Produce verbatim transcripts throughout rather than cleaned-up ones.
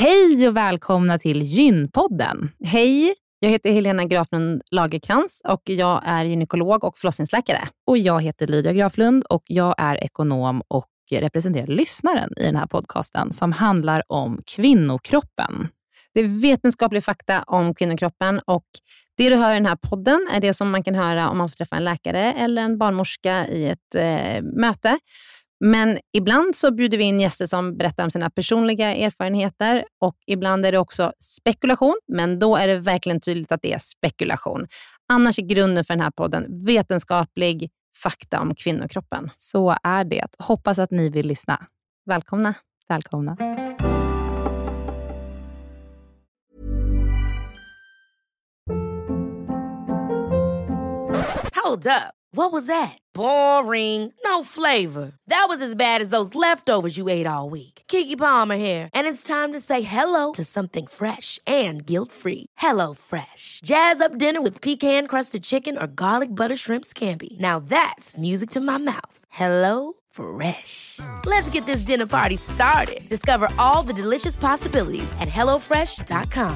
Hej och välkomna till Gynpodden. Hej, jag heter Helena Graflund Lagerkrans och jag är gynekolog och förlossningsläkare. Och jag heter Lydia Graflund och jag är ekonom och representerar lyssnaren i den här podcasten som handlar om kvinnokroppen. Det är vetenskaplig fakta om kvinnokroppen och det du hör i den här podden är det som man kan höra om man får träffa en läkare eller en barnmorska i ett eh, möte. Men ibland så bjuder vi in gäster som berättar om sina personliga erfarenheter och ibland är det också spekulation, men då är det verkligen tydligt att det är spekulation. Annars är grunden för den här podden vetenskaplig fakta om kvinnokroppen. Så är det. Hoppas att ni vill lyssna. Välkomna. Välkomna. Hold up. What was that? Boring. No flavor. That was as bad as those leftovers you ate all week. Keke Palmer here, and it's time to say hello to something fresh and guilt-free. Hello Fresh. Jazz up dinner with pecan-crusted chicken or garlic butter shrimp scampi. Now that's music to my mouth. Hello Fresh. Let's get this dinner party started. Discover all the delicious possibilities at hello fresh dot com.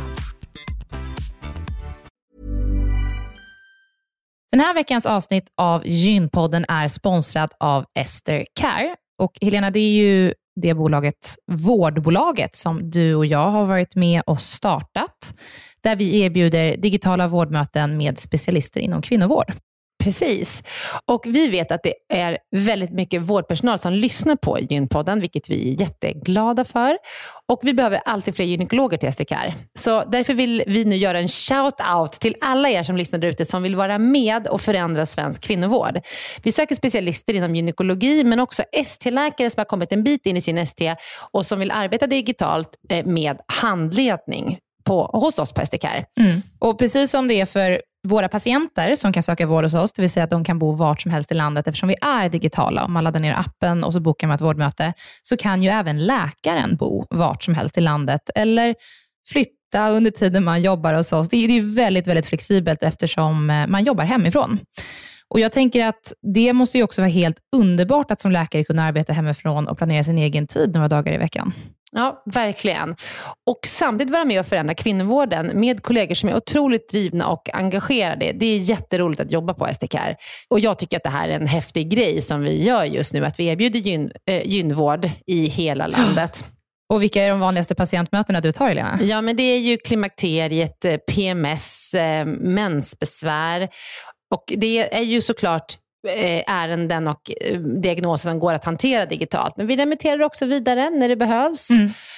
Den här veckans avsnitt av Gynpodden är sponsrad av Ester Care. Och Helena, det är ju det bolaget, vårdbolaget, som du och jag har varit med och startat. Där vi erbjuder digitala vårdmöten med specialister inom kvinnovård. Precis. Och vi vet att det är väldigt mycket vårdpersonal som lyssnar på Gynpodden, vilket vi är jätteglada för. Och vi behöver alltid fler gynekologer till Ester Care. Så därför vill vi nu göra en shout-out till alla er som lyssnar där ute som vill vara med och förändra svensk kvinnovård. Vi söker specialister inom gynekologi men också S T-läkare som har kommit en bit in i sin S T och som vill arbeta digitalt med handledning på, hos oss på Ester Care. Mm. Och precis som det är för våra patienter som kan söka vård hos oss, det vill säga att de kan bo vart som helst i landet eftersom vi är digitala. Om man laddar ner appen och så bokar man ett vårdmöte så kan ju även läkaren bo vart som helst i landet eller flytta under tiden man jobbar hos oss. Det är ju väldigt, väldigt flexibelt eftersom man jobbar hemifrån. Och jag tänker att det måste ju också vara helt underbart att som läkare kunna arbeta hemifrån och planera sin egen tid några dagar i veckan. Ja, verkligen. Och samtidigt vara med och förändra kvinnovården med kollegor som är otroligt drivna och engagerade. Det är jätteroligt att jobba på Ester Care. Och jag tycker att det här är en häftig grej som vi gör just nu. Att vi erbjuder gyn, äh, gynvård i hela landet. Och vilka är de vanligaste patientmötena du tar, Helena? Ja, men det är ju klimakteriet, P M S, äh, mensbesvär. Och det är ju såklart ärenden och diagnoser som går att hantera digitalt. Men vi remitterar också vidare när det behövs.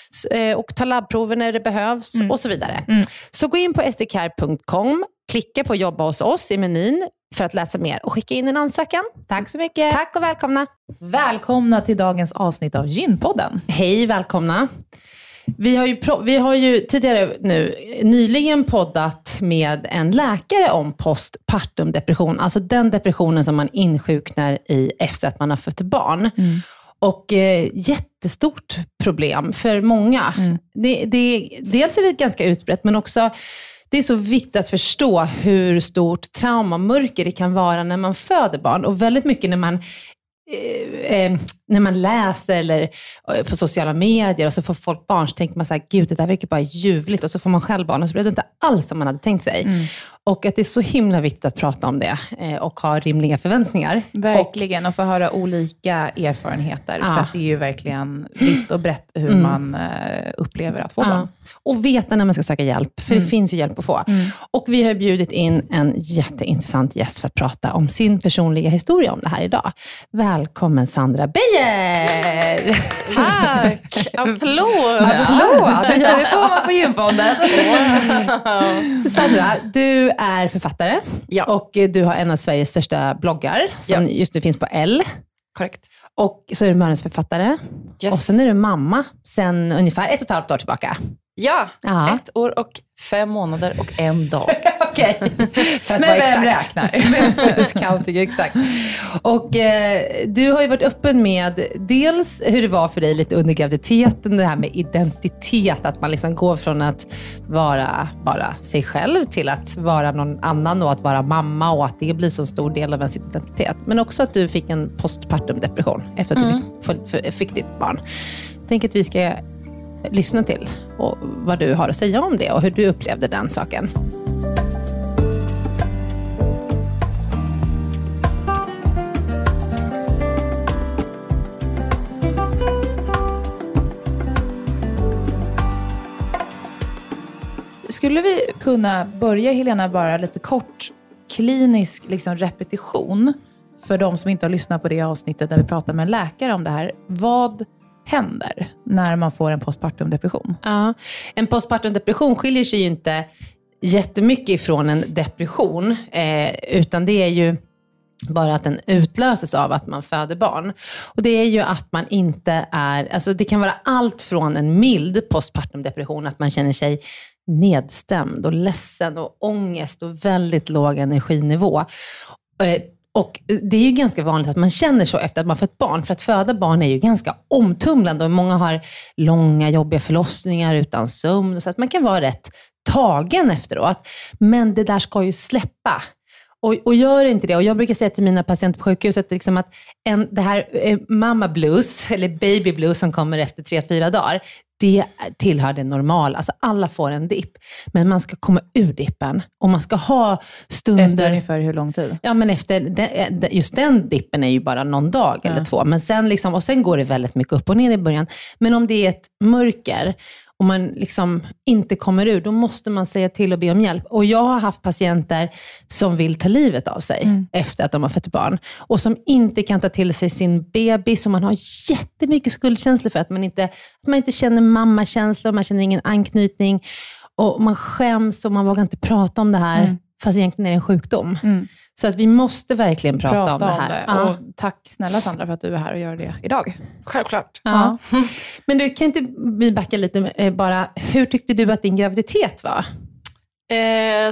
Mm. Och tar labbprover när det behövs mm. och så vidare. Mm. Så gå in på estecar punkt com, klicka på jobba hos oss i menyn för att läsa mer och skicka in en ansökan. Tack så mycket. Tack och välkomna. Välkomna till dagens avsnitt av Gynpodden. Hej, välkomna. Vi har, ju, vi har ju tidigare nu nyligen poddat med en läkare om postpartum depression. Alltså den depressionen som man insjuknar i efter att man har fött barn. Mm. Och eh, jättestort problem för många. Mm. Det, det, dels är det ganska utbrett men också det är så viktigt att förstå hur stort traumamörker det kan vara när man föder barn. Och väldigt mycket när man Eh, eh, när man läser eller eh, på sociala medier och så får folk barn så tänker man så här, gud det där verkar bara ljuvligt och så får man själv barn och så blir det inte alls som man hade tänkt sig. Mm. Och att det är så himla viktigt att prata om det eh, och ha rimliga förväntningar. Verkligen, och, och få höra olika erfarenheter. Ja. För att det är ju verkligen vitt och brett hur mm. man eh, upplever att få ja. barn. Och veta när man ska söka hjälp, för mm. det finns ju hjälp att få. Mm. Och vi har bjudit in en jätteintressant gäst för att prata om sin personliga historia om det här idag. Välkommen Sandra Beijer! Tack! Applåd! Applåd! Det får man på Gynpodden. Wow. Sandra, du är författare. Ja. Och du har en av Sveriges största bloggar som ja. just nu finns på L. Korrekt. Och så är du manusförfattare. Yes. Och sen är du mamma sen ungefär ett och ett halvt år tillbaka. Ja, Aha. ett år och fem månader och en dag. Okej, för att vara exakt. räknar. Counting, exakt. Och eh, du har ju varit öppen med dels hur det var för dig lite under graviditeten, det här med identitet, att man liksom går från att vara bara sig själv till att vara någon annan och att vara mamma och att det blir så stor del av ens identitet. Men också att du fick en postpartum depression efter att mm. du fick, fick ditt barn. Jag tänker att vi ska lyssna till och vad du har att säga om det och hur du upplevde den saken. Skulle vi kunna börja, Helena, bara lite kort klinisk liksom, repetition för de som inte har lyssnat på det avsnittet när vi pratar med en läkare om det här. Vad händer när man får en postpartumdepression? Ja, en postpartumdepression skiljer sig ju inte jättemycket ifrån en depression, eh, utan det är ju bara att den utlöses av att man föder barn. Och det är ju att man inte är, alltså det kan vara allt från en mild postpartumdepression, att man känner sig nedstämd och ledsen och ångest och väldigt låg energinivå. Eh, Och det är ju ganska vanligt att man känner så efter att man fått barn. För att föda barn är ju ganska omtumlande. Och många har långa, jobbiga förlossningar utan sömn. Så att man kan vara rätt tagen efteråt. Men det där ska ju släppa. Och, och gör inte det. Och jag brukar säga till mina patienter på sjukhuset liksom att en, det här eh, mamma blues, eller baby blues som kommer efter tre, fyra dagar. Det tillhör det normala. Alltså alla får en dipp. Men man ska komma ur dippen. Och man ska ha stunder... Efter ungefär hur lång tid? Ja, men efter... Just den dippen är ju bara någon dag ja. eller två. Men sen liksom, och sen går det väldigt mycket upp och ner i början. Men om det är ett mörker och man liksom inte kommer ur, då måste man säga till och be om hjälp. Och jag har haft patienter som vill ta livet av sig mm. efter att de har fått barn. Och som inte kan ta till sig sin bebis. Och man har jättemycket skuldkänslor för att man inte, att man inte känner mammakänsla. Och man känner ingen anknytning. Och man skäms och man vågar inte prata om det här. Mm. Fast egentligen är det en sjukdom. Mm. Så att vi måste verkligen prata, prata om det här. Om det. Och ja. Tack snälla Sandra för att du är här och gör det idag. Självklart. Ja. Ja. Men du, kan inte vi backa lite bara. Hur tyckte du att din graviditet var? Eh,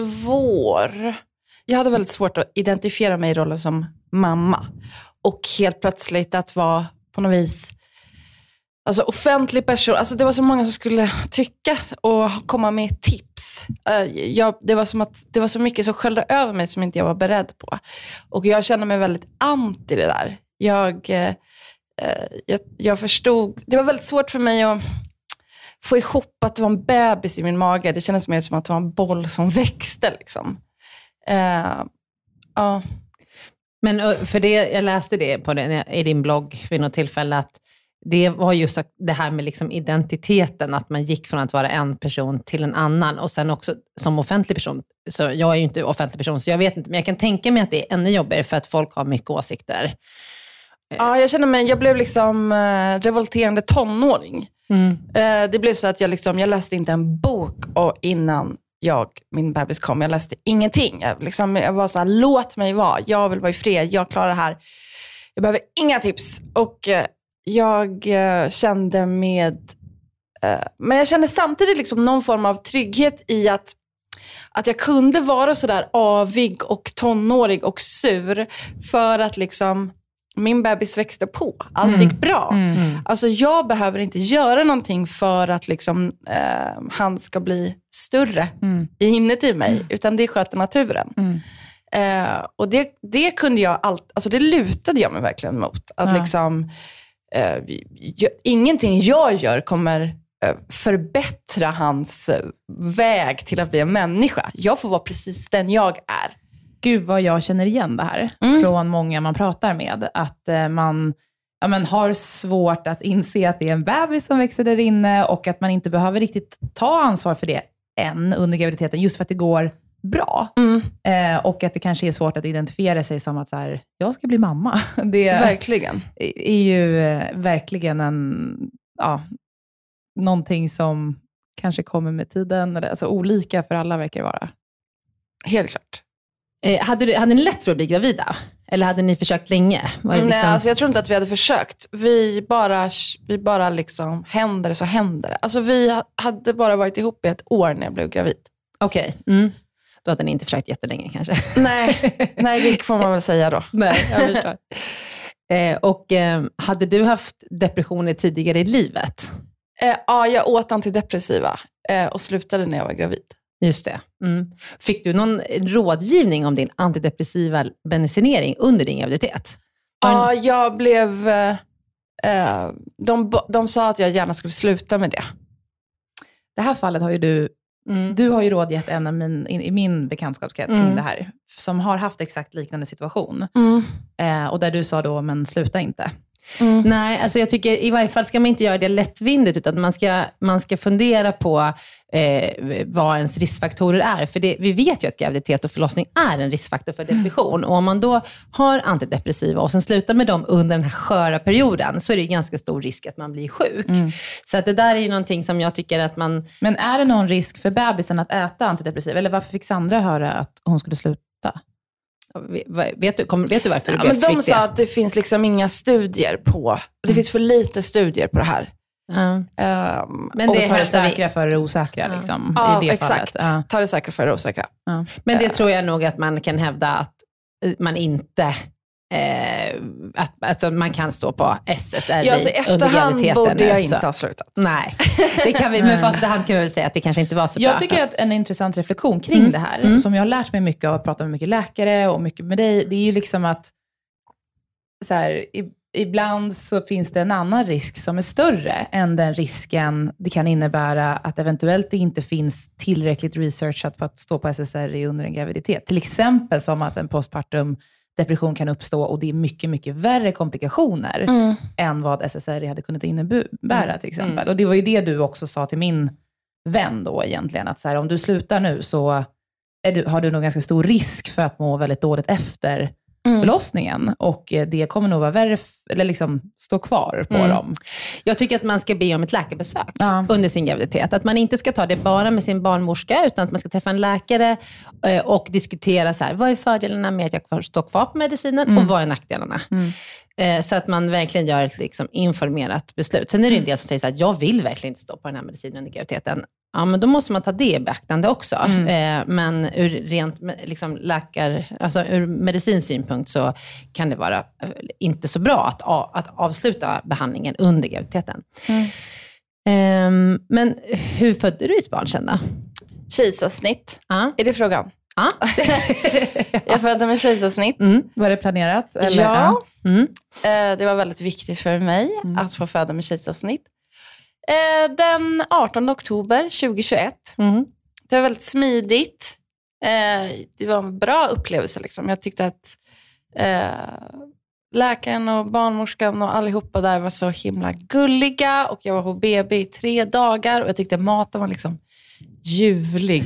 svår. Jag hade väldigt svårt att identifiera mig i rollen som mamma. Och helt plötsligt att vara på något vis... Alltså offentlig person. Alltså det var så många som skulle tycka och komma med tips. Jag, det var som att det var så mycket som sköljde över mig som inte jag var beredd på. Och jag kände mig väldigt anti det där. Jag, eh, jag, jag förstod... Det var väldigt svårt för mig att få ihop att det var en bebis i min mage. Det kändes mer som att det var en boll som växte. Liksom. Eh, ja. Men för det, jag läste det på den, i din blogg vid något tillfälle att det var just det här med liksom identiteten, att man gick från att vara en person till en annan och sen också som offentlig person. Så jag är ju inte offentlig person så jag vet inte, men jag kan tänka mig att det är ännu jobbigare för att folk har mycket åsikter. Ja, jag känner mig, jag blev liksom eh, revolterande tonåring. Mm. Eh, det blev så att jag liksom, jag läste inte en bok och innan jag, min bebis kom, jag läste ingenting. Jag, liksom, jag var så här, låt mig vara, jag vill vara i fred, jag klarar det här. Jag behöver inga tips och eh, jag eh, kände med eh, men jag kände samtidigt liksom någon form av trygghet i att att jag kunde vara så där avig och tonårig och sur för att liksom min bebis växte på. Allt gick bra. Mm. Mm. Alltså jag behöver inte göra någonting för att liksom eh, han ska bli större mm. inuti mig, mm. utan det sköter naturen. Mm. Eh, och det, det kunde jag allt, alltså det lutade jag mig verkligen mot. Att ja. liksom Uh, jag, ingenting jag gör kommer uh, förbättra hans uh, väg till att bli en människa. Jag får vara precis den jag är. Gud vad jag känner igen det här mm. från många man pratar med. Att uh, man ja, men har svårt att inse att det är en bebis som växer där inne och att man inte behöver riktigt ta ansvar för det än under graviditeten just för att det går bra. Mm. Eh, och att det kanske är svårt att identifiera sig som att så här, jag ska bli mamma. Det verkligen. är ju eh, verkligen en, ja, någonting som kanske kommer med tiden. Alltså olika för alla verkar det vara. Helt klart. Eh, hade, du, hade ni lätt för att bli gravida? Eller hade ni försökt länge? Var det liksom... Nej, alltså jag tror inte att vi hade försökt. Vi bara, vi bara liksom, händer det så händer det. Alltså vi hade bara varit ihop i ett år när jag blev gravid. Okej. Okay. Mm. Då hade ni inte försökt jättelänge kanske. Nej, nej det får man väl säga då. Nej, jag förstår. eh, och eh, hade du haft depressioner tidigare i livet? Eh, ja, jag åt antidepressiva eh, och slutade när jag var gravid. Just det. Mm. Fick du någon rådgivning om din antidepressiva medicinering under din graviditet? Ja, jag blev... Eh, eh, de, de sa att jag gärna skulle sluta med det. Det här fallet har ju du, mm. du har ju rådgett en av min, i min bekantskapskrets mm. kring det här, som har haft exakt liknande situation. Mm. Eh, och där du sa då, men sluta inte. Mm. Nej, alltså jag tycker i varje fall ska man inte göra det lättvindigt, utan man ska, man ska fundera på eh, vad ens riskfaktorer är. För det, vi vet ju att graviditet och förlossning är en riskfaktor för depression. Mm. Och om man då har antidepressiva och sen slutar med dem under den här sköra perioden, så är det ganska stor risk att man blir sjuk. Mm. Så att det där är ju någonting som jag tycker att man... Men är det någon risk för bebisen att äta antidepressiva? Eller varför fick Sandra höra att hon skulle sluta? Vet du, kom, vet du varför du ja, blev men de fick sa det? Att det finns liksom inga studier på. Det mm. finns för lite studier på det här. Mm. Um, men det tar det säkra för det osäkra. Ja. Liksom, ja, i det exakt. Ja. Ta det säkra för det osäkra. Ja. Men det uh. tror jag nog att man kan hävda att man inte... Eh, att alltså man kan stå på S S R I ja, alltså under graviditeten. Borde jag inte ha slutat. Nej, det kan vi, men fast hand kan vi väl säga att det kanske inte var så jag bra. Jag tycker att en intressant reflektion kring mm. det här, mm. som jag har lärt mig mycket av att prata med mycket läkare och mycket med dig, det är ju liksom att så här, i, ibland så finns det en annan risk som är större än den risken det kan innebära att eventuellt det inte finns tillräckligt researchat på att stå på S S R I under en graviditet. Till exempel som att en postpartum depression kan uppstå och det är mycket, mycket värre komplikationer mm. än vad S S R I hade kunnat innebära mm. till exempel. Mm. Och det var ju det du också sa till min vän då egentligen, att så här, om du slutar nu så är du, har du nog ganska stor risk för att må väldigt dåligt efter mm. förlossningen. Och det kommer nog vara värre, eller liksom stå kvar på mm. dem. Jag tycker att man ska be om ett läkarbesök ja. under sin graviditet. Att man inte ska ta det bara med sin barnmorska, utan att man ska träffa en läkare och diskutera så här, vad är fördelarna med att jag står kvar på medicinen mm. och vad är nackdelarna? Mm. Så att man verkligen gör ett liksom informerat beslut. Sen är det ju en del som säger så här, jag vill verkligen inte stå på den här medicinen under graviditeten. Ja, men då måste man ta det i beaktande också. Mm. Eh, men ur rent liksom, läkar, alltså ur medicinsk synpunkt så kan det vara inte så bra att, a, att avsluta behandlingen under graviditeten. Mm. Eh, men hur födde du ett barn sen då? Kejsarsnitt. Ah. Är det frågan? Ah. Jag födde med kejsarsnitt. Mm. Var det planerat? Eller? Ja. Mm. Eh, det var väldigt viktigt för mig mm. att få föda med kejsarsnitt. Eh, den artonde oktober tjugohundratjugoett. Mm. Det var väldigt smidigt. Eh, det var en bra upplevelse. Liksom. Jag tyckte att eh, läkaren och barnmorskan och allihopa där var så himla gulliga. Och jag var på B B i tre dagar. Och jag tyckte maten var liksom ljuvlig.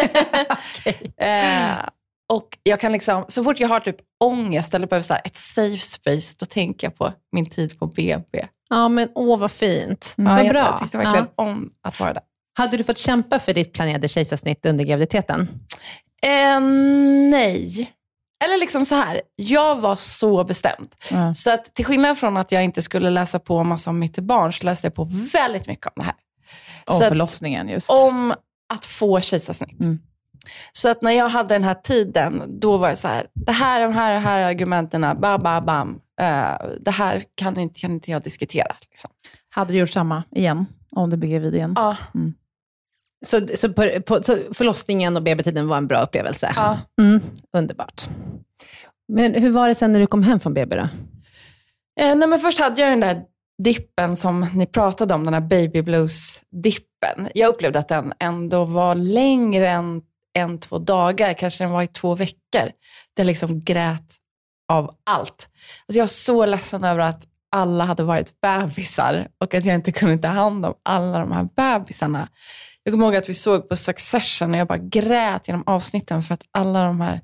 okay. eh, och jag kan liksom, så fort jag har typ ångest eller behöver så här ett safe space, då tänker jag på min tid på B B. Ja, men åh vad fint. Mm. Vad ja, bra. Jag tyckte verkligen ja. om att vara där. Hade du fått kämpa för ditt planerade kejsarsnitt under graviditeten? Eh, nej. Eller liksom så här, jag var så bestämd. Mm. Så att till skillnad från att jag inte skulle läsa på massa om mitt barn, så läste jag på väldigt mycket om det här. Om så förlossningen just. Om att få kejsarsnitt. Mm. Så att när jag hade den här tiden, då var det så här, det här, de här, de här argumenterna, bam, bam, bam. Uh, det här kan inte, kan inte jag diskutera. Liksom. Hade du gjort samma igen, om du blev gravid igen? Ja. Mm. Så, så, på, på, så förlossningen och B B-tiden var en bra upplevelse? Ja. Mm, underbart. Men hur var det sen när du kom hem från B B då? Eh, nej, men först hade jag den där dippen som ni pratade om, den här baby blues-dippen. Jag upplevde att den ändå var längre än en, två dagar. Kanske den var i två veckor. Den liksom grät av allt. Alltså jag var så ledsen över att alla hade varit bebisar och att jag inte kunde ta hand om alla de här bebisarna. Jag kommer ihåg att vi såg på Succession och jag bara grät genom avsnitten för att alla de här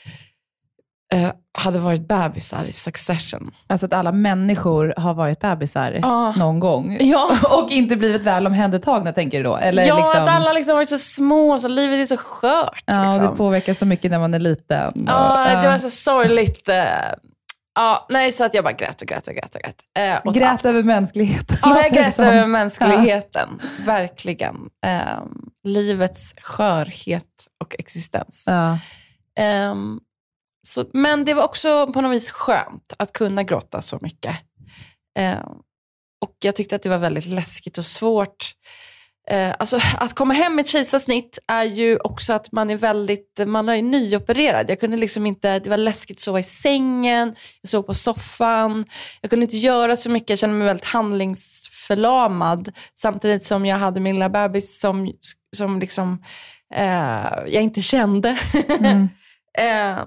uh, hade varit bebisar i Succession. Alltså att alla människor har varit bebisar ah. någon gång. Ja. Och inte blivit väl omhändertagna, tänker du då? Eller ja, liksom... att alla liksom varit så små, så livet är så skört. Ja, liksom. Det påverkar så mycket när man är liten. Och, ja, uh... det var så sorgligt. Uh, ja, nej, så att jag bara grät och grät och grät och grät. Uh, grät allt. över mänskligheten. Ja, jag grät över mänskligheten. Ja. Verkligen. Um, livets skörhet och existens. Ja. Um, Så, men det var också på något vis skönt att kunna gråta så mycket. Eh, och jag tyckte att det var väldigt läskigt och svårt Eh, alltså att komma hem med ett kejsarsnitt är ju också att man är väldigt, man är nyopererad. Jag kunde liksom inte, det var läskigt att sova i sängen, jag sov på soffan, jag kunde inte göra så mycket, jag kände mig väldigt handlingsförlamad samtidigt som jag hade min lilla bebis som, som liksom eh, jag inte kände. Mm. eh,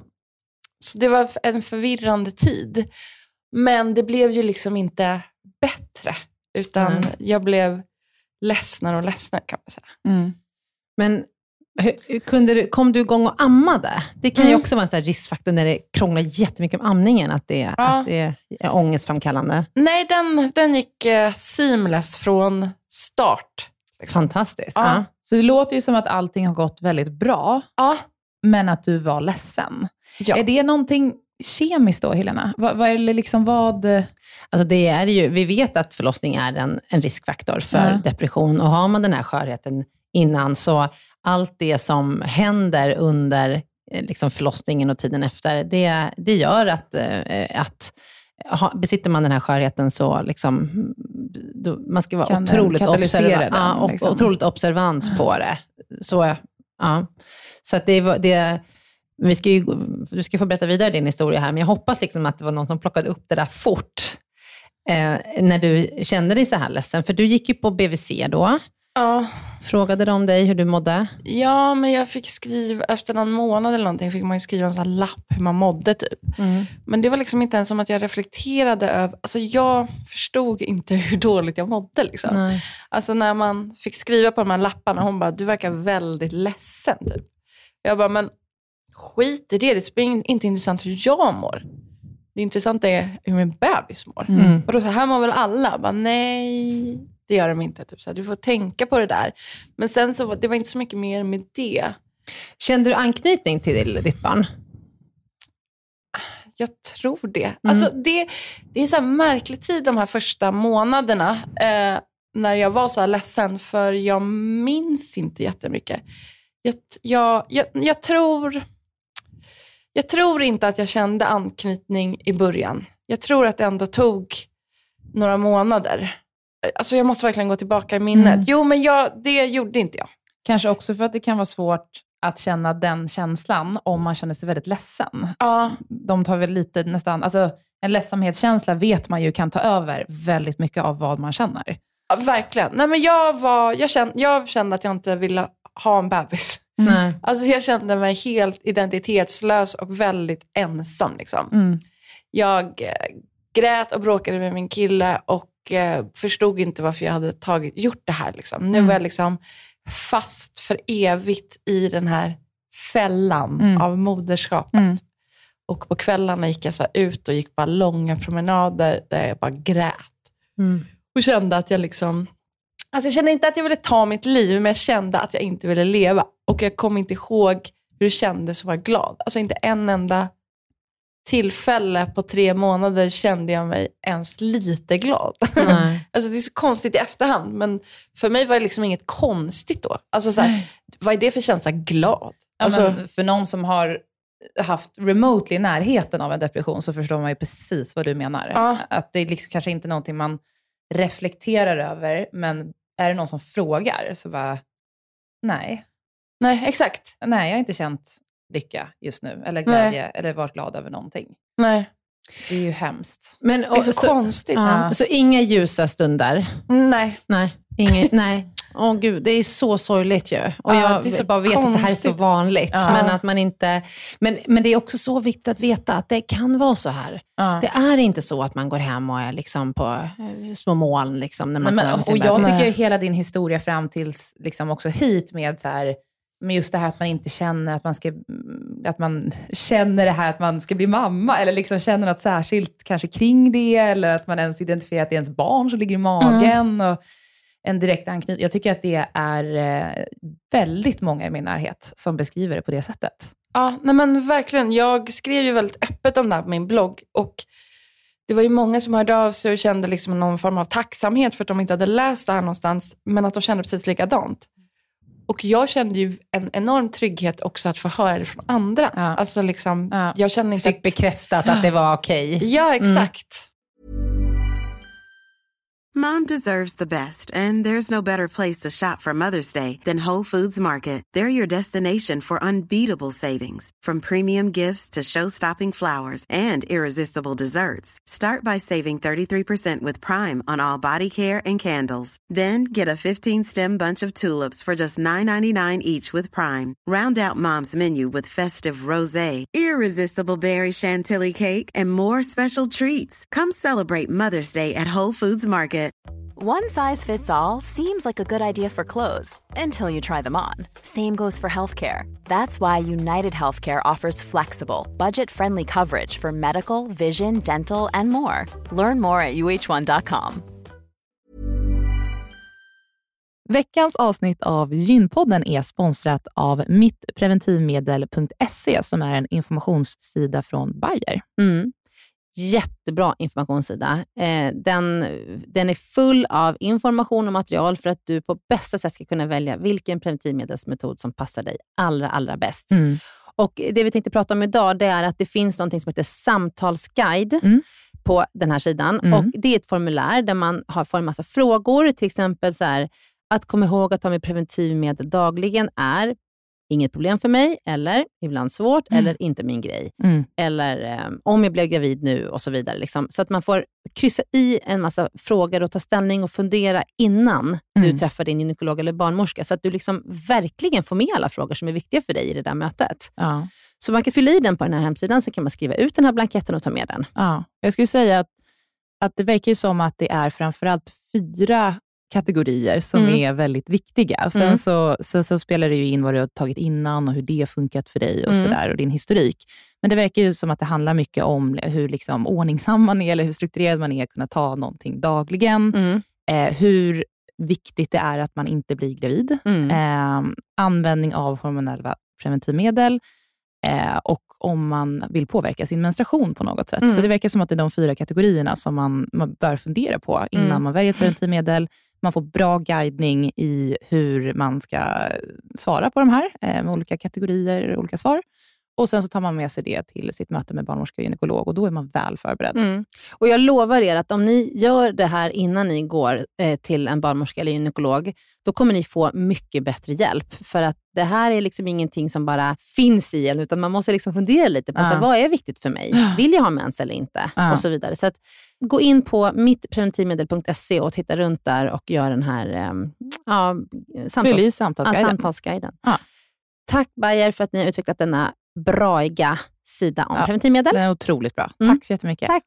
så det var en förvirrande tid, men det blev ju liksom inte bättre, utan mm. jag blev ledsnare och ledsnare, kan man säga. Mm. Men hur, kunde du, kom du igång och ammade? Det kan mm. ju också vara en sån här riskfaktor när det krånglar jättemycket om amningen, att det, ja. att det är ångestframkallande. Nej, den, den gick eh, seamless från start. Liksom. Fantastiskt. Ja. Ja. Så det låter ju som att allting har gått väldigt bra, ja. men att du var ledsen. Ja. Är det någonting kemiskt då, Helena? Vad, vad är det liksom, vad... Alltså det är ju, vi vet att förlossning är en, en riskfaktor för mm. depression. Och har man den här skörheten innan, så allt det som händer under liksom förlossningen och tiden efter, det, det gör att, att ha, besitter man den här skörheten så liksom, då, man ska vara kan otroligt, observa- den, ja, liksom. otroligt observant på det. Så, ja. Så att det, det vi ska ju, du ska få berätta vidare din historia här, men jag hoppas liksom att det var någon som plockade upp det där fort eh, när du kände dig så här ledsen. För du gick ju på B V C då. Ja. Frågade de dig hur du mådde? Ja, men jag fick skriva, efter någon månad eller någonting fick man ju skriva en sån här lapp hur man mådde typ. Mm. Men det var liksom inte ens som att jag reflekterade över, alltså jag förstod inte hur dåligt jag mådde liksom. Nej. Alltså när man fick skriva på de här lapparna, hon bara, du verkar väldigt ledsen typ. Jag bara, men skit i det, det är inte intressant hur jag mår. Det intressanta är hur min bebis mår. Mm. Och då så här mår väl alla? Bara, nej, det gör de inte. Typ så här, du får tänka på det där. Men sen så det var inte så mycket mer med det. Kände du anknytning till ditt barn? Jag tror det. Mm. Alltså det, det är så här märklig tid de här första månaderna. Eh, när jag var så här ledsen. För jag minns inte jättemycket. Jag, jag, jag, jag tror... Jag tror inte att jag kände anknytning i början. Jag tror att det ändå tog några månader. Alltså jag måste verkligen gå tillbaka i minnet. Mm. Jo, men jag, det gjorde inte jag. Kanske också för att det kan vara svårt att känna den känslan om man känner sig väldigt ledsen. Ja. De tar väl lite nästan... Alltså en ledsamhetskänsla vet man ju kan ta över väldigt mycket av vad man känner. Ja, verkligen. Nej, men jag, var, jag, kände, jag kände att jag inte ville ha en bebis. Mm. Alltså jag kände mig helt identitetslös och väldigt ensam liksom. Mm. Jag eh, grät och bråkade med min kille och eh, förstod inte varför jag hade tagit, gjort det här liksom. Nu mm. var jag liksom fast för evigt i den här fällan mm. av moderskapet. Mm. Och på kvällarna gick jag så här ut och gick bara långa promenader där jag bara grät. Mm. Och kände att jag liksom... Alltså jag kände inte att jag ville ta mitt liv, men jag kände att jag inte ville leva. Och jag kom inte ihåg hur det kändes att vara glad. Alltså inte en enda tillfälle på tre månader kände jag mig ens lite glad. Mm. Alltså det är så konstigt i efterhand, men för mig var det liksom inget konstigt då. Alltså så här, vad är det för känsla glad? Ja, alltså, men för någon som har haft remotely i närheten av en depression så förstår man ju precis vad du menar. Ja. Att det är liksom kanske inte någonting man reflekterar över, men är det någon som frågar så bara, nej. Nej, exakt. Nej, jag har inte känt lycka just nu, eller glädje, nej. Eller varit glad över någonting. Nej. Det är ju hemskt. Men, och, det är så, så konstigt. Ja. Så inga ljusa stunder? Nej. Nej, inga, nej. Åh oh, gud, det är så sorgligt ju. Och ja, jag bara vet konstigt. Att det här är så vanligt. Ja. Men att man inte... Men, men det är också så viktigt att veta att det kan vara så här. Ja. Det är inte så att man går hem och är liksom på små moln. Liksom, när man men, och sin jag bebis. tycker hela din historia fram tills liksom också hit med så här... Men just det här att man inte känner att man ska... Att man känner det här att man ska bli mamma. Eller liksom känner något särskilt kanske kring det. Eller att man ens identifierar att det är ens barn som ligger i magen. Mm. Och en direkt anknytning. Jag tycker att det är väldigt många i min närhet som beskriver det på det sättet. Ja, nej men verkligen. Jag skrev ju väldigt öppet om det här på min blogg. Och det var ju många som hörde av sig och kände liksom någon form av tacksamhet för att de inte hade läst det här någonstans. Men att de kände precis likadant. Och jag kände ju en enorm trygghet också att få höra det från andra. Ja. Alltså liksom, ja. Jag kände inte... Fick att... bekräftat att det var okej. Ja, exakt. Mm. Mom deserves the best, and there's no better place to shop for Mother's Day than Whole Foods Market. They're your destination for unbeatable savings, from premium gifts to show-stopping flowers and irresistible desserts. Start by saving thirty-three percent with Prime on all body care and candles. Then get a fifteen-stem bunch of tulips for just nine ninety-nine each with Prime. Round out Mom's menu with festive rosé, irresistible berry chantilly cake, and more special treats. Come celebrate Mother's Day at Whole Foods Market. One size fits all seems like a good idea for clothes until you try them on. Same goes for healthcare. That's why United Healthcare offers flexible, budget-friendly coverage for medical, vision, dental, and more. Learn more at u h one dot com. Veckans avsnitt av Gynpodden är sponsrat av mittpreventivmedel punkt se som är en informationssida från Bayer. Mm. Jättebra informationssida. Eh, den, den är full av information och material för att du på bästa sätt ska kunna välja vilken preventivmedelsmetod som passar dig allra, allra bäst. Mm. Och det vi tänkte prata om idag, det är att det finns något som heter samtalsguide mm. på den här sidan. Mm. Och det är ett formulär där man har får en massa frågor, till exempel så här, att komma ihåg att ta med preventivmedel dagligen är inget problem för mig, eller ibland svårt, mm. eller inte min grej. Mm. Eller um, om jag blev gravid nu och så vidare. Liksom. Så att man får kryssa i en massa frågor och ta ställning och fundera innan mm. du träffar din gynekolog eller barnmorska. Så att du liksom verkligen får med alla frågor som är viktiga för dig i det där mötet. Ja. Så man kan fylla i den på den här hemsidan, så kan man skriva ut den här blanketten och ta med den. Ja. Jag skulle säga att, att det verkar ju som att det är framförallt fyra kategorier som mm. är väldigt viktiga. Och sen, mm. så, sen så spelar det ju in vad du har tagit innan och hur det har funkat för dig och mm. sådär, och din historik. Men det verkar ju som att det handlar mycket om hur liksom ordningsam man är eller hur strukturerad man är, kunna ta någonting dagligen. Mm. Eh, hur viktigt det är att man inte blir gravid. Mm. Eh, användning av hormonella preventivmedel. Eh, och om man vill påverka sin menstruation på något sätt. Mm. Så det verkar som att det är de fyra kategorierna som man, man bör fundera på innan mm. man väljer ett preventivmedel. Man får bra guidning i hur man ska svara på de här eh, med olika kategorier, olika svar. Och sen så tar man med sig det till sitt möte med barnmorska och gynekolog, och då är man väl förberedd. Mm. Och jag lovar er att om ni gör det här innan ni går eh, till en barnmorska eller gynekolog, då kommer ni få mycket bättre hjälp. För att det här är liksom ingenting som bara finns i en, utan man måste liksom fundera lite på ja. så här, vad är viktigt för mig? Vill jag ha mens eller inte? Ja. Och så vidare. Så att gå in på mittpreventivmedel punkt se och titta runt där och gör den här eh, ja, samtals- samtalsguiden. Ja, samtalsguiden. Ja. Tack Bayer för att ni har utvecklat denna braiga sida om ja, preventivmedel. Den är otroligt bra. Mm. Tack så jättemycket. Tack.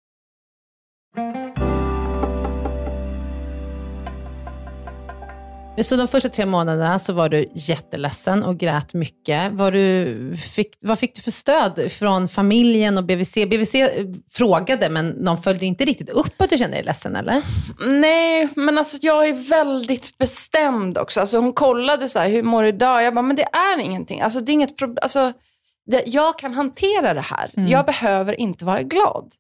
Så de första tre månaderna så var du jätteledsen och grät mycket. Var du, fick, vad fick du för stöd från familjen och B V C? B V C frågade, men de följde inte riktigt upp att du kände dig ledsen, eller? Nej, men alltså jag är väldigt bestämd också. Alltså hon kollade så här, hur mår du idag? Jag bara, men det är ingenting. Alltså det är inget problem. Alltså, det, jag kan hantera det här. Mm. Jag behöver inte vara glad.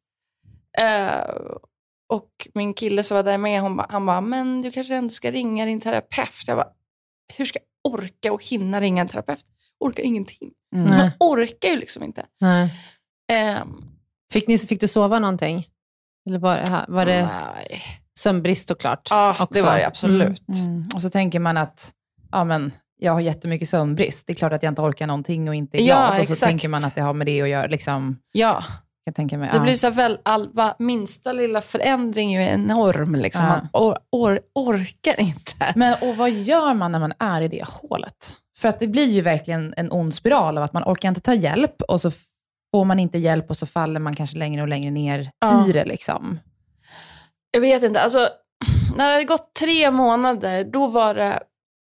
Uh, Och min kille som var där med, hon ba, han bara, men du kanske ändå ska ringa din terapeut. Jag bara, hur ska jag orka och hinna ringa en terapeut? Orkar ingenting. Mm. Man orkar ju liksom inte. Nej. Um, fick, ni, fick du sova någonting? Eller var, var det nej. sömnbrist såklart? Ja, också? Det var det absolut. Mm. Mm. Och så tänker man att, ja men, jag har jättemycket sömnbrist. Det är klart att jag inte orkar någonting och inte är ja, glad. Och så exakt. tänker man att det har med det att göra. Liksom. Ja. Jag tänker mig, det ja. blir så väl, all, va, minsta lilla förändring är ju enorm. Liksom. Ja. Man or, or, orkar inte. Men och vad gör man när man är i det hålet? För att det blir ju verkligen en ond spiral av att man orkar inte ta hjälp. Och så får man inte hjälp och så faller man kanske längre och längre ner ja. i det. Liksom. Jag vet inte. Alltså, när det hade gått tre månader, då var det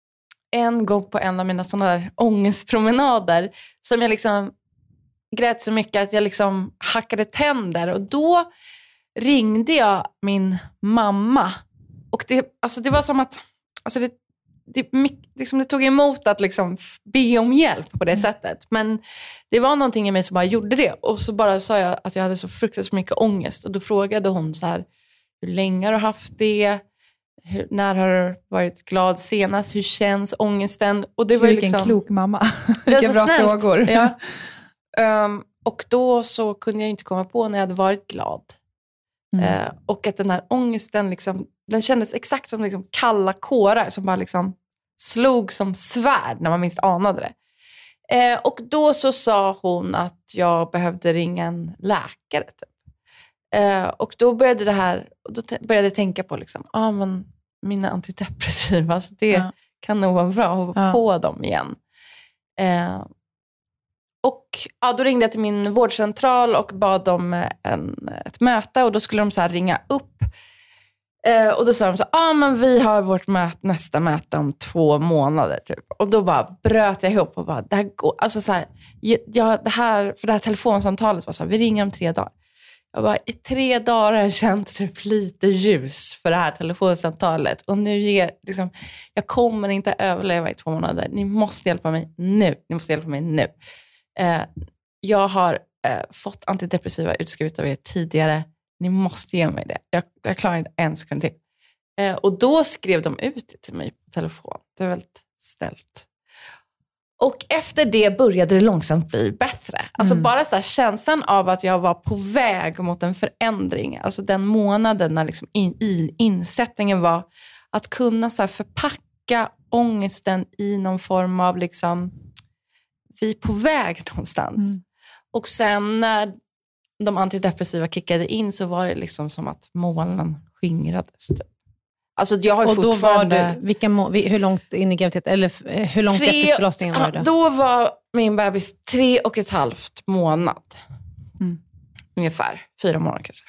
en gång på en av mina sådana där ångestpromenader som jag liksom grät så mycket att jag liksom hackade tänder. Och då ringde jag min mamma. Och det, alltså det var som att alltså det, det, liksom det tog emot att liksom be om hjälp på det mm. sättet. Men det var någonting i mig som bara gjorde det. Och så bara sa jag att jag hade så fruktansvärt mycket ångest. Och då frågade hon så här, hur länge har du haft det? Hur, när har du varit glad senast? Hur känns ångesten? Och det var vilken liksom, klok mamma. Det var vilka så bra snällt. frågor. Ja. Um, och då så kunde jag inte komma på när jag hade varit glad. Mm. Uh, och att den här ångesten liksom, den kändes exakt som liksom kalla kårar som bara liksom slog som svärd när man minst anade det. Eh, och då så sa hon att jag behövde ringa en läkare typ. Eh, och då började det här, och då t- började jag tänka på liksom, ah, men mina antidepressiva, så det ja. kan nog vara bra att ja. på dem igen. Eh, och ja, då ringde jag till min vårdcentral och bad om en, ett möte, och då skulle de så här ringa upp. Eh, och då sa de så ja ah, men vi har vårt möte, nästa möte om två månader typ. Och då bara bröt jag ihop och bara, det här går, alltså så här, jag, det här, för det här telefonsamtalet var så här, vi ringer om tre dagar. Jag bara, i tre dagar har jag känt typ lite ljus för det här telefonsamtalet. Och nu ger, liksom, jag kommer inte överleva i två månader. Ni måste hjälpa mig nu. Ni måste hjälpa mig nu. Eh, jag har eh, fått antidepressiva utskrivet av er tidigare. Ni måste ge mig det. Jag, jag klarar inte en sekund till. Eh, och då skrev de ut det till mig på telefon. Det var väldigt ställt. Och efter det började det långsamt bli bättre. Alltså mm. bara så här, känslan av att jag var på väg mot en förändring. Alltså den månaden när liksom in, i insättningen var att kunna så här förpacka ångesten i någon form av liksom, vi är på väg någonstans. Mm. Och sen när de antidepressiva kickade in så var det liksom som att molnen skingrades typ. Alltså jag har och fortfarande... då var du, vilka må, hur långt in i graviditet, eller hur långt tre, efter förlossningen var det? Då var min bebis tre och ett halvt månad. Mm. Ungefär, fyra månader kanske.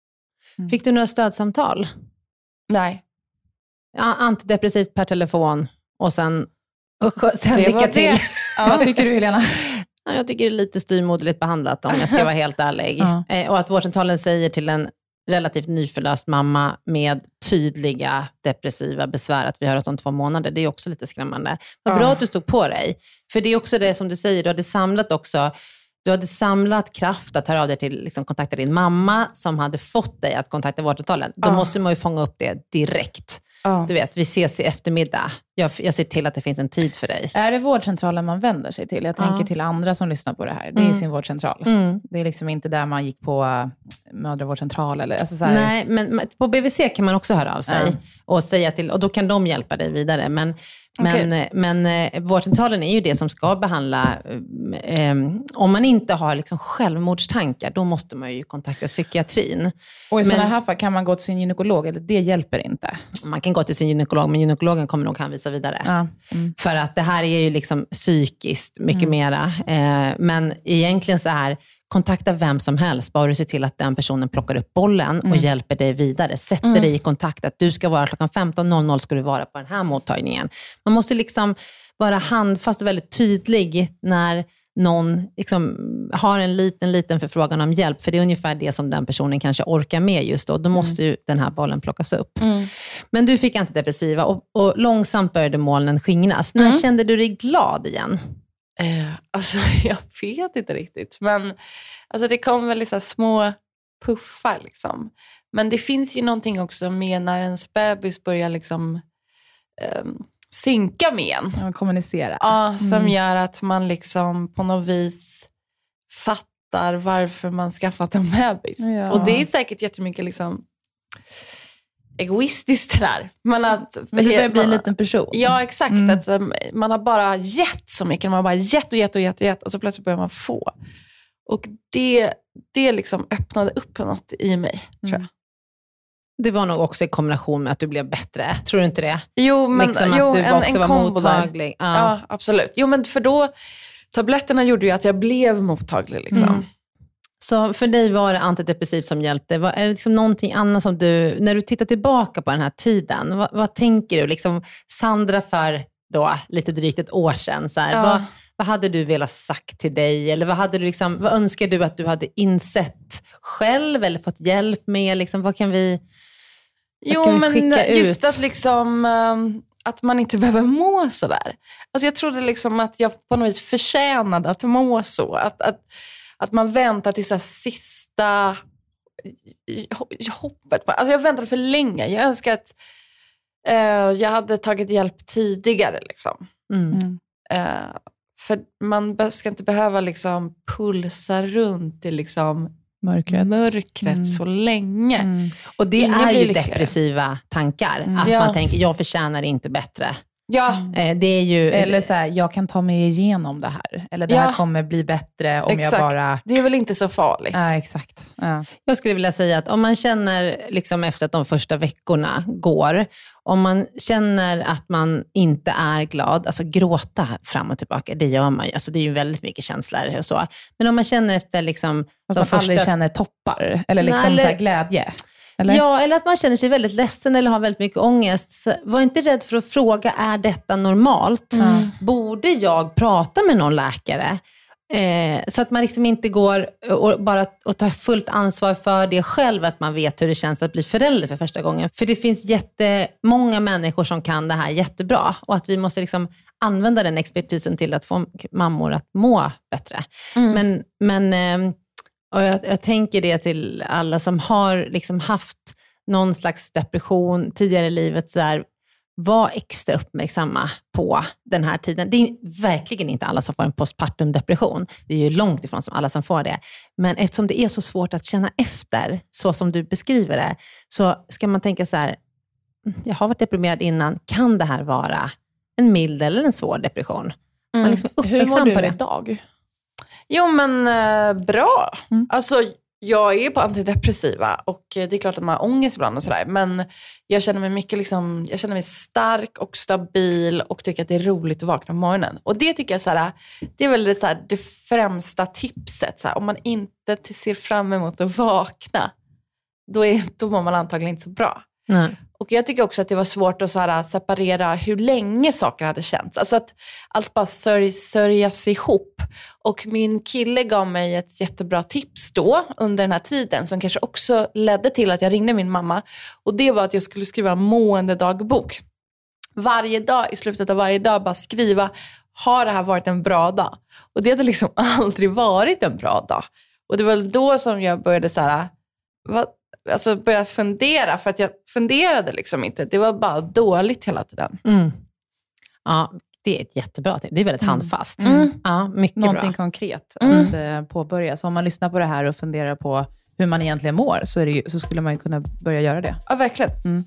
Mm. Fick du några stödsamtal? Nej. Ja, antidepressivt per telefon och sen, och sen lycka till. Det. Ja. Vad tycker du, Helena? Ja, jag tycker det är lite styrmoderligt behandlat, om jag ska vara helt ärlig. Ja. Eh, och att vårdcentralen säger till en relativt nyförlöst mamma med tydliga depressiva besvär att vi har oss om två månader, det är också lite skrämmande. Vad bra att du stod på dig. För det är också det som du säger, du hade samlat också, du hade samlat kraft att höra av dig till, liksom, kontakta din mamma som hade fått dig att kontakta vårdcentralen. Då uh. måste man ju fånga upp det direkt. Uh. Du vet, vi ses i eftermiddag. Jag, jag ser till att det finns en tid för dig. Är det vårdcentralen man vänder sig till? Jag tänker uh. till andra som lyssnar på det här. Det är mm. sin vårdcentral. Mm. Det är liksom inte där man gick på mödravårdscentral eller alltså så här. Nej, men på B V C kan man också höra av sig uh. och säga till, och då kan de hjälpa dig vidare. Men Men, okay. men eh, vårdcentralen är ju det som ska behandla, eh, om man inte har liksom självmordstankar, då måste man ju kontakta psykiatrin. Och i men, sådana här fall kan man gå till sin gynekolog, eller det hjälper inte? Man kan gå till sin gynekolog, men gynekologen kommer nog hänvisa vidare. Ja. Mm. För att det här är ju liksom psykiskt mycket mm. mera. Eh, men egentligen så här, kontakta vem som helst, bara du ser till att den personen plockar upp bollen och mm. hjälper dig vidare. Sätter mm. dig i kontakt att du ska vara klockan femton noll noll ska du vara på den här mottagningen. Man måste liksom vara handfast och väldigt tydlig när någon liksom har en liten, liten förfrågan om hjälp. För det är ungefär det som den personen kanske orkar med just då. Då måste mm. ju den här bollen plockas upp. Mm. Men du fick antidepressiva och, och långsamt började molnen skingras. När mm. kände du dig glad igen? Eh, alltså jag vet inte riktigt, men alltså det kom väl liksom små puffar liksom. Men det finns ju någonting också med när ens bebis börjar liksom eh, synka med en. Ja, kommunicera. Ja, som mm. gör att man liksom på något vis fattar varför man skaffat en bebis. Ja. Och det är säkert jättemycket liksom egoistiskt där. Man att, men det börjar bli en liten person. Ja, exakt. Mm. Att man har bara gett så mycket. Man har bara gett och gett och gett och gett. Och så plötsligt börjar man få. Och det, det liksom öppnade upp något i mig, mm. tror jag. Det var nog också i kombination med att du blev bättre. Tror du inte det? Jo, men liksom jo, att du en, också en var kombo mottaglig. Ja. ja, absolut. Jo, men för då tabletterna gjorde ju att jag blev mottaglig liksom. Mm. Så för dig var det antidepressivt som hjälpte. Var, är det liksom någonting annat som du, när du tittar tillbaka på den här tiden, vad, vad tänker du? Liksom Sandra för då lite drygt ett år sedan. Så här, ja. vad, vad hade du velat sagt till dig? Eller vad, hade du liksom, vad önskar du att du hade insett själv eller fått hjälp med? Liksom, vad kan vi, vad jo, kan vi men skicka just ut? att liksom... Um... att man inte behöver må så där. Alltså jag trodde liksom att jag på något vis förtjänade att må så. Att, att, att man väntar till så här sista hoppet. Alltså jag väntade för länge. Jag önskar att eh, jag hade tagit hjälp tidigare. Liksom. Mm. Eh, för man ska inte behöva liksom pulsa runt i liksom mörkret, mörkret mm. så länge. Mm. Och det Ingen är ju lyckligare. Depressiva tankar. Mm. Att Ja. man tänker, jag förtjänar inte bättre. Ja, Eh, det är ju... Eller så här, jag kan ta mig igenom det här. Eller det Ja. här kommer bli bättre om exakt. jag bara... Det är väl inte så farligt. Ja, exakt. Ja. Jag skulle vilja säga att om man känner liksom efter att de första veckorna går, om man känner att man inte är glad, alltså gråta fram och tillbaka, det gör man ju. Alltså det är ju väldigt mycket känslor och så. Men om man känner efter liksom Att de man första... aldrig känner toppar. Eller liksom Nej, eller- så här glädje. Eller? Ja, eller att man känner sig väldigt ledsen eller har väldigt mycket ångest. Så var inte rädd för att fråga, är detta normalt? Mm. Borde jag prata med någon läkare? Eh, så att man liksom inte går och bara och tar fullt ansvar för det själv, att man vet hur det känns att bli förälder för första gången. För det finns jättemånga människor som kan det här jättebra, och att vi måste liksom använda den expertisen till att få mammor att må bättre. Mm. Men, men eh, och jag, jag tänker det till alla som har liksom haft någon slags depression tidigare i livet, så här, var extra uppmärksamma på den här tiden. Det är verkligen inte alla som får en postpartum depression. Det är ju långt ifrån som alla som får det. Men eftersom det är så svårt att känna efter, så som du beskriver det, så ska man tänka så här, jag har varit deprimerad innan, kan det här vara en mild eller en svår depression? Man är liksom Hur mår uppmärksam du på det. idag? Jo men eh, bra. Mm. Alltså jag är på antidepressiva och eh, det är klart att man har ångest ibland och sådär. Men jag känner mig mycket liksom, jag känner mig stark och stabil och tycker att det är roligt att vakna på morgonen. Och det tycker jag så här, det är väl det, så här, det främsta tipset. Så här, om man inte t- ser fram emot att vakna, då, är, då mår man antagligen inte så bra. Nej. Och jag tycker också att det var svårt att så här separera hur länge saker hade känts. Alltså att allt bara sörj, sörjas ihop. Och min kille gav mig ett jättebra tips då under den här tiden, som kanske också ledde till att jag ringde min mamma. Och det var att jag skulle skriva måendedagbok. Varje dag, i slutet av varje dag, bara skriva, har det här varit en bra dag? Och det hade liksom aldrig varit en bra dag. Och det var då som jag började så här, vad... Alltså börja fundera, för att jag funderade liksom inte. Det var bara dåligt hela tiden. Mm. Ja, det är ett jättebra tips. Det är väldigt Mm. handfast. Mm. Ja, mycket Någonting bra. konkret Mm. att eh, påbörja. Så om man lyssnar på det här och funderar på hur man egentligen mår, så, är det ju, så skulle man ju kunna börja göra det. Ja, verkligen. Mm.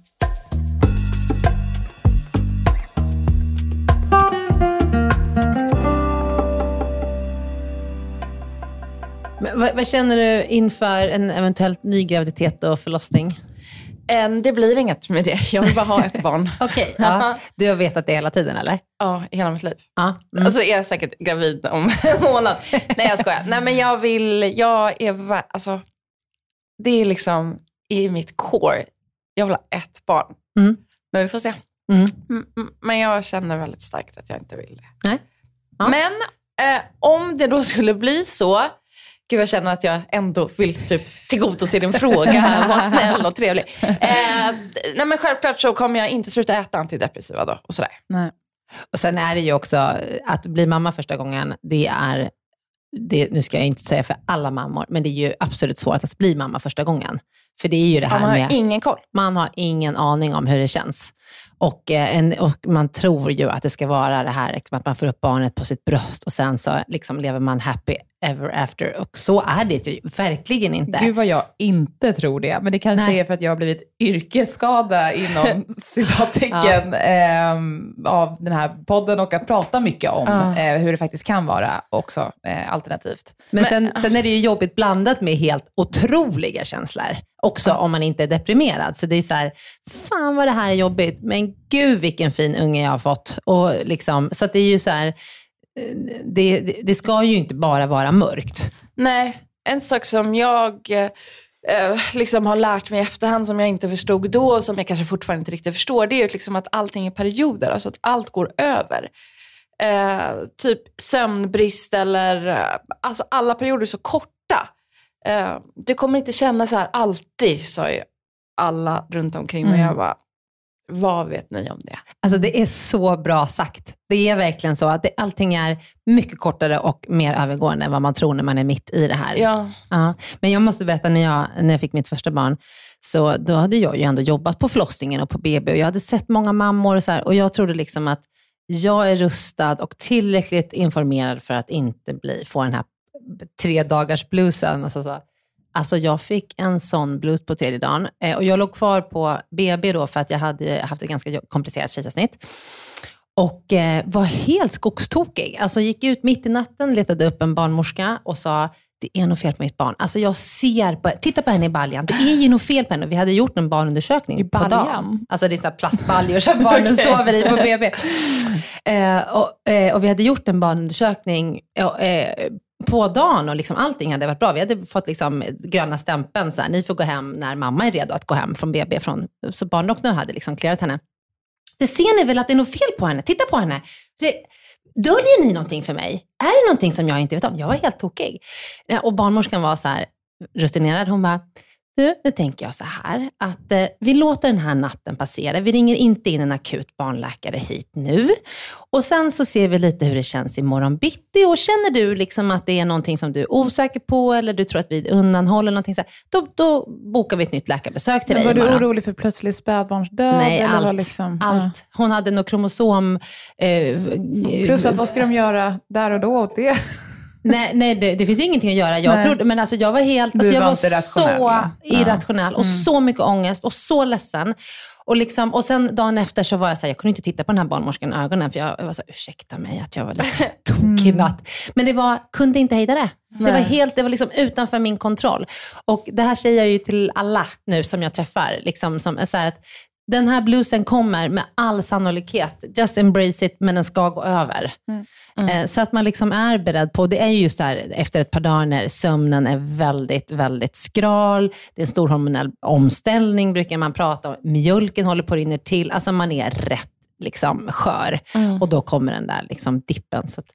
Men vad, vad känner du inför en eventuellt ny graviditet och förlossning? Äm, det blir inget med det. Jag vill bara ha ett barn. Okej, ja. Du har vetat det hela tiden, eller? Ja, i hela mitt liv. Ja. Mm. Alltså är jag säkert gravid om en månad. Nej, jag skojar. Nej, men jag vill, jag är, vä- alltså, det är liksom i mitt core. Jag vill ha ett barn. Mm. Men vi får se. Mm. Mm, mm, men jag känner väldigt starkt att jag inte vill det. Nej. Ja. Men eh, om det då skulle bli så, gud jag känner att jag ändå vill typ tillgodose din fråga här, vara snäll och trevlig. Eh, nej men självklart så kommer jag inte sluta äta antidepressiva då och sådär. Nej. Och sen är det ju också, att bli mamma första gången, det är, det, nu ska jag inte säga för alla mammor, men det är ju absolut svårt att bli mamma första gången. För det är ju det här Ja, man har med, ingen koll. man har ingen aning om hur det känns. Och, eh, en, och man tror ju att det ska vara det här, att man får upp barnet på sitt bröst och sen så liksom lever man happy ever after. Och så är det ju verkligen inte. Gud vad jag inte tror det. Men det kanske Nej. är för att jag har blivit yrkesskada inom citattecken ehm, av den här podden, och att prata mycket om Ja. eh, hur det faktiskt kan vara också eh, alternativt. Men sen, sen är det ju jobbigt blandat med helt otroliga känslor. Också om man inte är deprimerad. Så det är så här, fan vad det här är jobbigt. Men gud vilken fin unge jag har fått. Och liksom, så att det är ju så här, det, det, det ska ju inte bara vara mörkt. Nej, en sak som jag eh, liksom har lärt mig i efterhand, som jag inte förstod då och som jag kanske fortfarande inte riktigt förstår, det är ju liksom att allting är perioder, alltså att allt går över. Eh, typ sömnbrist eller, eh, alltså alla perioder är så korta. Eh, du kommer inte känna så här alltid, sa ju alla runt omkring mig. Mm. Jag bara, vad vet ni om det? Alltså det är så bra sagt. Det är verkligen så att det, allting är mycket kortare och mer övergående än vad man tror när man är mitt i det här. Ja. Ja. Men jag måste berätta, när jag, när jag fick mitt första barn, så då hade jag ju ändå jobbat på förlossningen och på B B, och jag hade sett många mammor och så här, och jag trodde liksom att jag är rustad och tillräckligt informerad för att inte bli, få den här tre dagars bluesen. Alltså så, Alltså jag fick en sån blues på tredje dagen. Eh, och jag låg kvar på B B då för att jag hade haft ett ganska komplicerat kejsarsnitt. Och eh, var helt skogstokig. Alltså gick ut mitt i natten, letade upp en barnmorska och sa, det är nog fel på mitt barn. Alltså jag ser på, titta på henne i baljan. Det är ju nog fel på henne. Vi hade gjort en barnundersökning I på baljan? dagen. Alltså det är så här plastbaljor som barnen okay. sover i på B B. Eh, och, eh, och vi hade gjort en barnundersökning eh, på dagen och liksom allting hade varit bra. Vi hade fått liksom gröna stämpeln. Så här, ni får gå hem när mamma är redo att gå hem från B B. Från, så barndoktorn hade liksom klarat henne. Det ser ni väl att det är något fel på henne? Titta på henne. Det, döljer ni någonting för mig? Är det någonting som jag inte vet om? Jag var helt tokig. Och barnmorskan var så här rutinerad. Hon bara, du, nu tänker jag så här. Att eh, vi låter den här natten passera. Vi ringer inte in en akut barnläkare hit nu. Och sen så ser vi lite hur det känns imorgon bitti. Och känner du liksom att det är någonting som du är osäker på. Eller du tror att vi undanhåller någonting så här. Då, då bokar vi ett nytt läkarbesök till Men dig var imorgon. du orolig för plötslig spädbarnsdöd? Nej, eller allt. var liksom, allt. Ja. Hon hade något kromosom. Eh, Plus att vad ska de göra där och då åt det? Nej, nej det, det finns ju ingenting att göra. Jag trodde, men alltså jag var helt, alltså jag var var inte rationell, så ja. irrationell och Mm. så mycket ångest och så ledsen. Och, liksom, och sen dagen efter så var jag så här, jag kunde inte titta på den här barnmorskan i ögonen för jag, jag var så här, ursäkta mig att jag var lite tokig natt. Men det var, kunde inte hejda det. Det var helt, det var liksom utanför min kontroll. Och det här säger jag ju till alla nu som jag träffar, liksom som är så här att den här bluesen kommer med all sannolikhet. Just embrace it, men den ska gå över. Mm. Mm. Så att man liksom är beredd på, det är ju just där efter ett par dagar när sömnen är väldigt, väldigt skral. Det är en stor hormonell omställning brukar man prata om. Mjölken håller på att rinna till. Alltså man är rätt liksom skör. Mm. Och då kommer den där liksom dippen. Så att,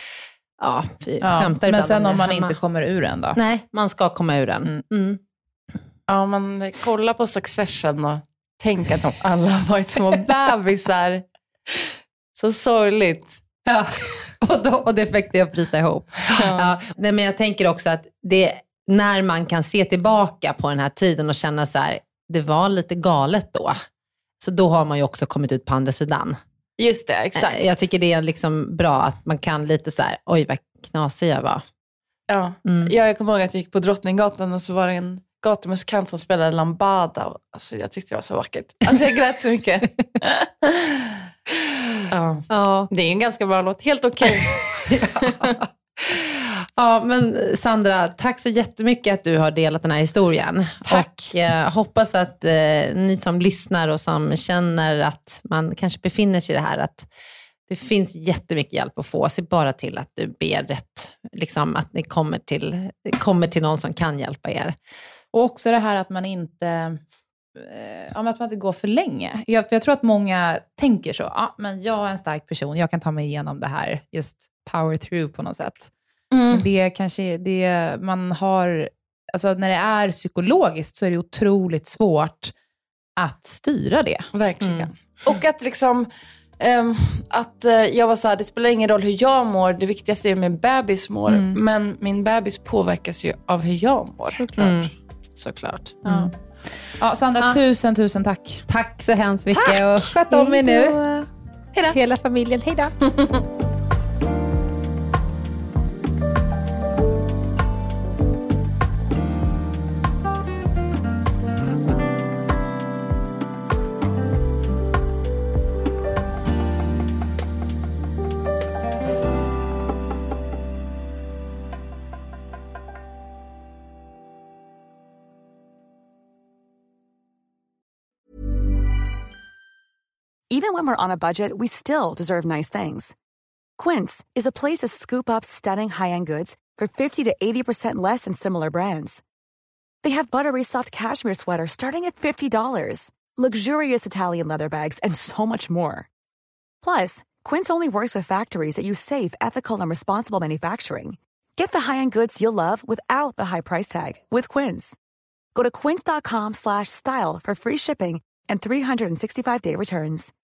ja, vi ja, skämtar men sen om man hemma. inte kommer ur den då? Nej, man ska komma ur den. Mm. Mm. Ja, man kollar på Succession och tänker att de alla har varit små bebisar. Så sorgligt. Ja, och, då, och det fick det att bryta ihop. Ja. Ja, nej, men jag tänker också att det, när man kan se tillbaka på den här tiden och känna så här, det var lite galet då. Så då har man ju också kommit ut på andra sidan. Just det, exakt. Jag tycker det är liksom bra att man kan lite så här, oj vad knasig jag var. Ja, mm. jag kommer ihåg att jag gick på Drottninggatan och så var det en gatumusikant som spelade lambada. Alltså, jag tyckte det var så vackert. Alltså jag grät så mycket. Ja. Ja. Det är en ganska bra låt. Helt okej. Okay. Ja. Ja, men Sandra, tack så jättemycket att du har delat den här historien. Tack. Och eh, hoppas att eh, ni som lyssnar och som känner att man kanske befinner sig i det här, att det finns jättemycket hjälp att få. Se bara till att du ber rätt, liksom att ni kommer till, kommer till någon som kan hjälpa er. Och också det här att man inte... Ja, att man inte går för länge. Jag, för jag tror att många tänker så. Ja, men jag är en stark person. Jag kan ta mig igenom det här. Just power through på något sätt. Mm. Men det kanske det man har... Alltså när det är psykologiskt så är det otroligt svårt att styra det. Verkligen. Mm. Och att liksom... Um, att uh, jag var så här, det spelar ingen roll hur jag mår. Det viktigaste är hur min bebis mår. Mm. Men min bebis påverkas ju av hur jag mår. Såklart. Mm. Såklart. Mm. Ja. Ja, Sandra, ah. tusen, tusen tack. Tack så hemskt mycket. Tack. Och sköt om er nu. Hejdå. Hela familjen. Hej då. Even when we're on a budget, we still deserve nice things. Quince is a place to scoop up stunning high-end goods for fifty to eighty percent less than similar brands. They have buttery soft cashmere sweaters starting at fifty dollars, luxurious Italian leather bags, and so much more. Plus, Quince only works with factories that use safe, ethical, and responsible manufacturing. Get the high-end goods you'll love without the high price tag with Quince. Go to quince dot com slash style for free shipping and three sixty-five day returns.